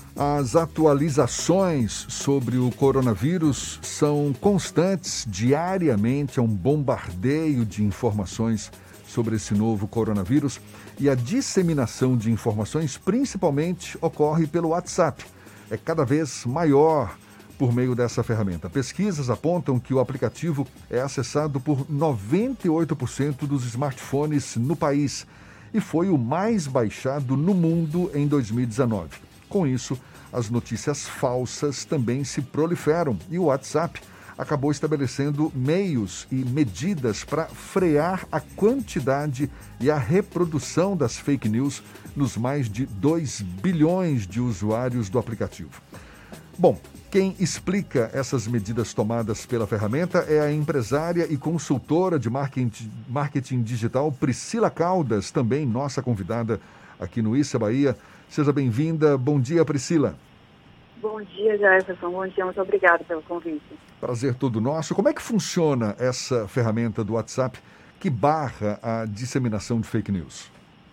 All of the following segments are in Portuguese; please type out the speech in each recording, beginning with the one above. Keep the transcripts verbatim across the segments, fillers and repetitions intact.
As atualizações sobre o coronavírus são constantes. Diariamente é um bombardeio de informações sobre esse novo coronavírus e a disseminação de informações principalmente ocorre pelo WhatsApp. É cada vez maior por meio dessa ferramenta. Pesquisas apontam que o aplicativo é acessado por noventa e oito por cento dos smartphones no país e foi o mais baixado no mundo em dois mil e dezenove. Com isso, as notícias falsas também se proliferam e o WhatsApp acabou estabelecendo meios e medidas para frear a quantidade e a reprodução das fake news nos mais de dois bilhões de usuários do aplicativo. Bom, quem explica essas medidas tomadas pela ferramenta é a empresária e consultora de marketing, marketing digital Priscila Caldas, também nossa convidada aqui no Issa Bahia. Seja bem-vinda. Bom dia, Priscila. Bom dia, Jefferson. Bom dia, muito obrigada pelo convite. Prazer todo nosso. Como é que funciona essa ferramenta do WhatsApp que barra a disseminação de fake news?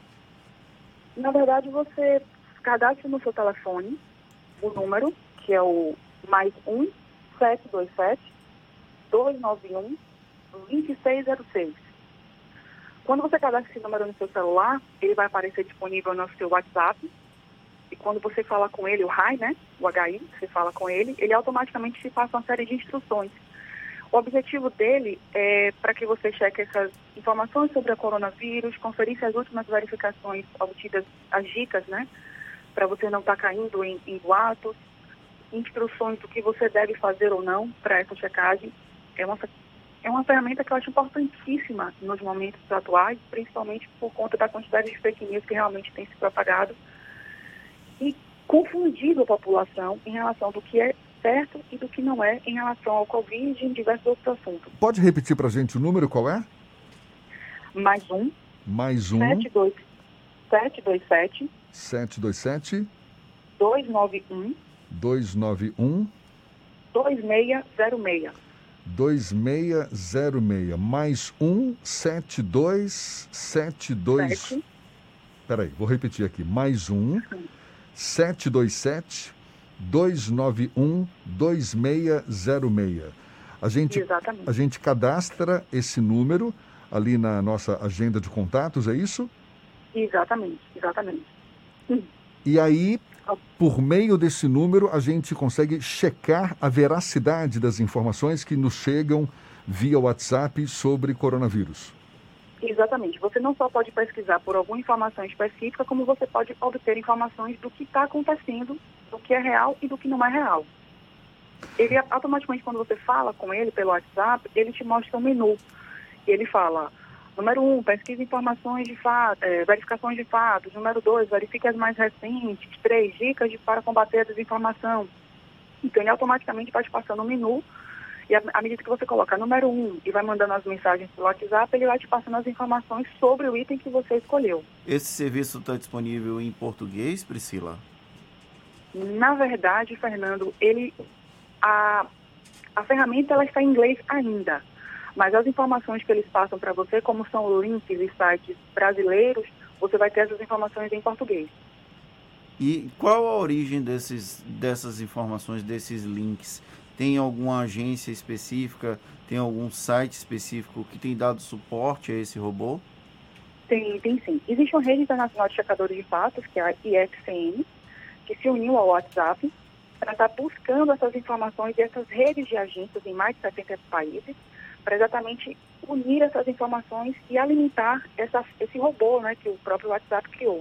Na verdade, você cadastra no seu telefone o número, que é o mais um, sete dois sete, dois nove um, dois seis zero seis. Quando você cadastra esse número no seu celular, ele vai aparecer disponível no seu WhatsApp. E quando você fala com ele, o Hi, né? O H I, você fala com ele, ele automaticamente te passa uma série de instruções. O objetivo dele é para que você cheque essas informações sobre o coronavírus, conferir as últimas verificações obtidas, as dicas, né? Para você não estar tá caindo em, em boatos, instruções do que você deve fazer ou não para essa checagem. É uma, é uma ferramenta que eu acho importantíssima nos momentos atuais, principalmente por conta da quantidade de fake news que realmente tem se propagado e confundido a população em relação do que é certo e do que não é em relação ao Covid e em diversos outros assuntos. Pode repetir para a gente o número, qual é? Mais um. Mais um. sete dois sete. sete dois sete. dois nove um. dois nove um. dois seis zero seis. dois seis zero seis. Mais um, sete dois sete dois. Peraí, vou repetir aqui. Mais um. sete dois sete, dois nove um, dois seis zero seis. A gente, Exatamente. a gente cadastra esse número ali na nossa agenda de contatos, é isso? Exatamente, exatamente. Sim. E aí, por meio desse número, a gente consegue checar a veracidade das informações que nos chegam via WhatsApp sobre coronavírus. Exatamente. Você não só pode pesquisar por alguma informação específica, como você pode obter informações do que está acontecendo, do que é real e do que não é real. Ele, automaticamente, quando você fala com ele pelo WhatsApp, ele te mostra um menu. E ele fala, número um, pesquisa informações de fato, é, verificações de fatos. Número dois, verifique as mais recentes. Três, dicas de, para combater a desinformação. Então, ele automaticamente vai te passando um menu. E à medida que você coloca número um e vai mandando as mensagens pelo WhatsApp, ele vai te passando as informações sobre o item que você escolheu. Esse serviço está disponível em português, Priscila? Na verdade, Fernando, ele, a, a ferramenta ela está em inglês ainda, mas as informações que eles passam para você, como são links e sites brasileiros, você vai ter essas informações em português. E qual a origem desses, dessas informações, desses links? Tem alguma agência específica, tem algum site específico que tem dado suporte a esse robô? Tem, tem sim. Existe uma rede internacional de checadores de fatos, que é a I F C N, que se uniu ao WhatsApp para estar buscando essas informações dessas redes de agências em mais de setenta países, para exatamente unir essas informações e alimentar essa, esse robô, né, que o próprio WhatsApp criou.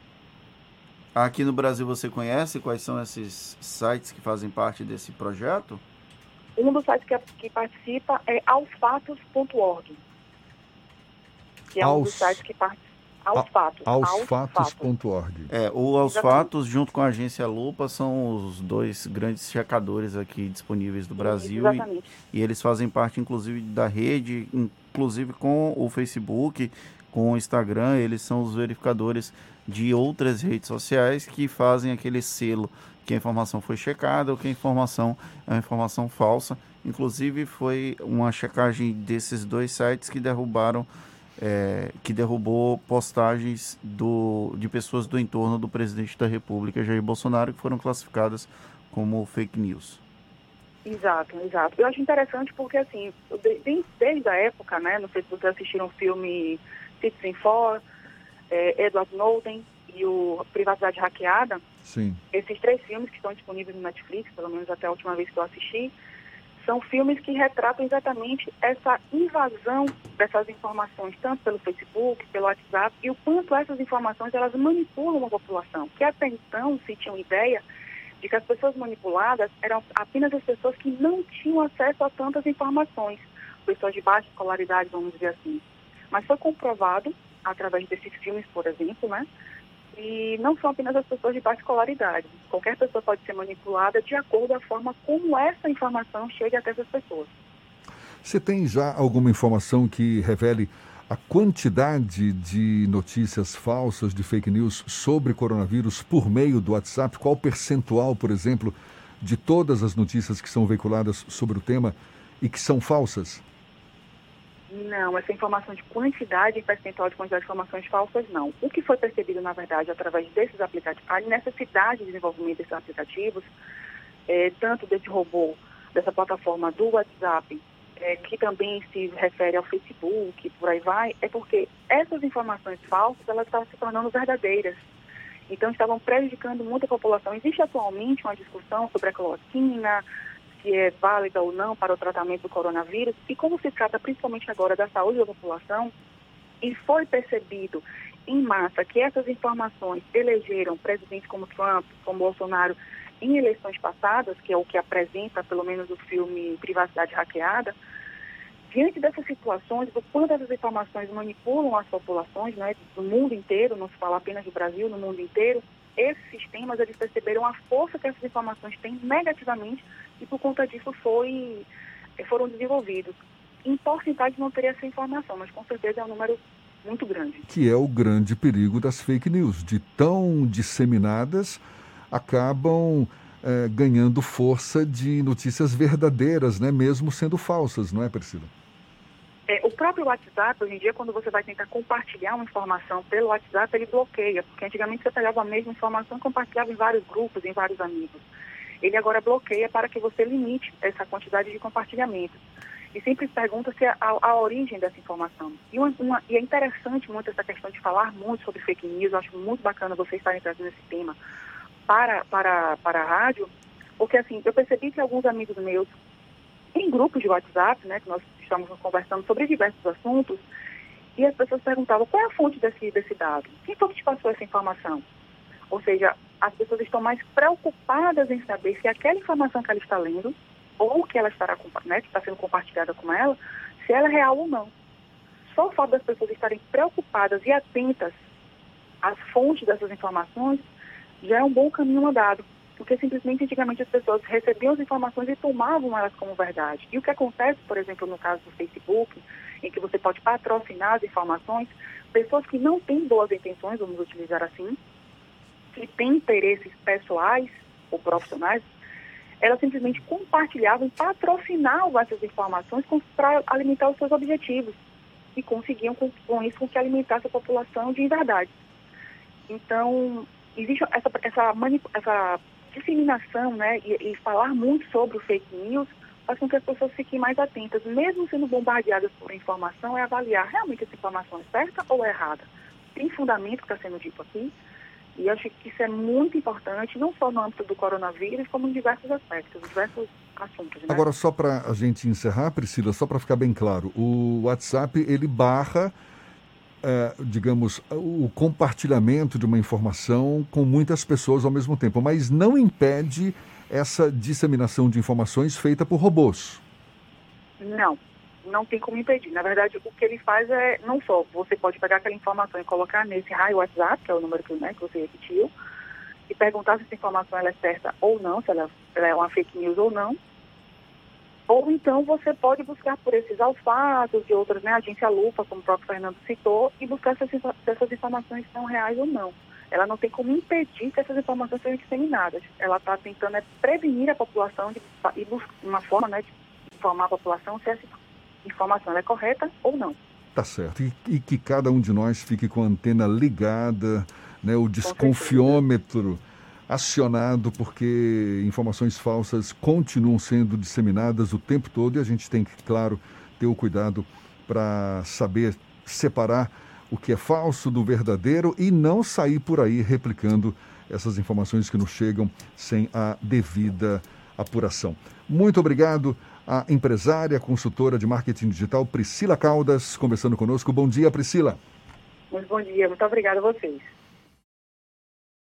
Aqui no Brasil você conhece quais são esses sites que fazem parte desse projeto? Um dos sites que, que participa é aosfatos ponto org, que é Aos... um dos sites que participa. Aosfatos. aosfatos ponto org. É, o Aosfatos, junto com a agência Lupa, são os dois grandes checadores aqui disponíveis do Brasil. Exatamente. E, e eles fazem parte, inclusive, da rede, inclusive com o Facebook, com o Instagram. Eles são os verificadores de outras redes sociais que fazem aquele selo que a informação foi checada ou que a informação é uma informação falsa. Inclusive, foi uma checagem desses dois sites que derrubaram é, que derrubou postagens do, de pessoas do entorno do presidente da República, Jair Bolsonaro, que foram classificadas como fake news. Exato, exato. Eu acho interessante porque, assim, desde, desde a época, né, não sei se vocês assistiram o filme Citizen Four, é, Edward Snowden e o Privacidade Hackeada. Sim. Esses três filmes que estão disponíveis no Netflix, pelo menos até a última vez que eu assisti, são filmes que retratam exatamente essa invasão dessas informações, tanto pelo Facebook, pelo WhatsApp, e o quanto essas informações elas manipulam a população, que até então se tinha uma ideia de que as pessoas manipuladas eram apenas as pessoas que não tinham acesso a tantas informações, pessoas de baixa escolaridade, vamos dizer assim. Mas foi comprovado, através desses filmes, por exemplo, né, e não são apenas as pessoas de baixa escolaridade. Qualquer pessoa pode ser manipulada de acordo com a forma como essa informação chega até essas pessoas. Você tem já alguma informação que revele a quantidade de notícias falsas, de fake news sobre coronavírus por meio do WhatsApp? Qual o percentual, por exemplo, de todas as notícias que são veiculadas sobre o tema e que são falsas? Não, essa informação de quantidade e percentual de quantidade de informações falsas, não. O que foi percebido, na verdade, através desses aplicativos, a necessidade de desenvolvimento desses aplicativos, é, tanto desse robô, dessa plataforma do WhatsApp, é, que também se refere ao Facebook, por aí vai, é porque essas informações falsas, elas estavam se tornando verdadeiras. Então, estavam prejudicando muito a população. Existe atualmente uma discussão sobre a cloroquina, se é válida ou não para o tratamento do coronavírus, e como se trata principalmente agora da saúde da população, e foi percebido em massa que essas informações elegeram presidentes como Trump, como Bolsonaro, em eleições passadas, que é o que apresenta pelo menos o filme Privacidade Hackeada, diante dessas situações, do quanto essas informações manipulam as populações, né, do mundo inteiro, não se fala apenas do Brasil, no mundo inteiro, esses sistemas, eles perceberam a força que essas informações têm negativamente e por conta disso foi, foram desenvolvidos. Em porcentagem não teria essa informação, mas com certeza é um número muito grande. Que é o grande perigo das fake news, de tão disseminadas, acabam é, ganhando força de notícias verdadeiras, né, mesmo sendo falsas, não é, Priscila? É, o próprio WhatsApp, hoje em dia, quando você vai tentar compartilhar uma informação pelo WhatsApp, ele bloqueia, porque antigamente você pegava a mesma informação e compartilhava em vários grupos, em vários amigos. Ele agora bloqueia para que você limite essa quantidade de compartilhamento. E sempre pergunta se a, a origem dessa informação. E, uma, uma, e é interessante muito essa questão de falar muito sobre fake news, eu acho muito bacana vocês estarem trazendo esse tema para, para, para a rádio, porque assim, eu percebi que alguns amigos meus, em grupos de WhatsApp, né, que nós estamos conversando sobre diversos assuntos, e as pessoas perguntavam qual é a fonte desse, desse dado? Quem foi que te passou essa informação? Ou seja, as pessoas estão mais preocupadas em saber se aquela informação que ela está lendo, ou que ela estará, né, que está sendo compartilhada com ela, se ela é real ou não. Só o fato das pessoas estarem preocupadas e atentas às fontes dessas informações já é um bom caminho andado. Porque simplesmente antigamente as pessoas recebiam as informações e tomavam elas como verdade. E o que acontece, por exemplo, no caso do Facebook, em que você pode patrocinar as informações, pessoas que não têm boas intenções, vamos utilizar assim, que têm interesses pessoais ou profissionais, elas simplesmente compartilhavam e patrocinavam essas informações para alimentar os seus objetivos. E conseguiam com, com isso que alimentasse a população de verdade. Então, existe essa, essa, essa disseminação, né, e, e falar muito sobre o fake news faz com que as pessoas fiquem mais atentas, mesmo sendo bombardeadas por informação, é avaliar realmente essa informação é certa ou é errada. Tem fundamento que está sendo dito aqui, e acho que isso é muito importante, não só no âmbito do coronavírus, como em diversos aspectos, diversos assuntos. Né? Agora, só para a gente encerrar, Priscila, só para ficar bem claro, o WhatsApp, ele barra, é, digamos, o compartilhamento de uma informação com muitas pessoas ao mesmo tempo, mas não impede essa disseminação de informações feita por robôs. Não, não tem como impedir. Na verdade, o que ele faz é, não só, você pode pegar aquela informação e colocar nesse raio WhatsApp, que é o número que, né, que você repetiu, e perguntar se essa informação ela é certa ou não, se ela, ela é uma fake news ou não. Ou então você pode buscar por esses alfatos e outras, né, agência Lupa, como o próprio Fernando citou, e buscar se essas, se essas informações são reais ou não. Ela não tem como impedir que essas informações sejam disseminadas. Ela está tentando é, prevenir a população de, e buscar uma forma, né, de informar a população se essa informação é correta ou não. Tá certo. E, e que cada um de nós fique com a antena ligada, né, o desconfiômetro acionado, porque informações falsas continuam sendo disseminadas o tempo todo e a gente tem que, claro, ter o cuidado para saber separar o que é falso do verdadeiro e não sair por aí replicando essas informações que nos chegam sem a devida apuração. Muito obrigado à empresária, consultora de marketing digital Priscila Caldas, conversando conosco. Bom dia, Priscila. Muito bom dia, muito obrigada a vocês.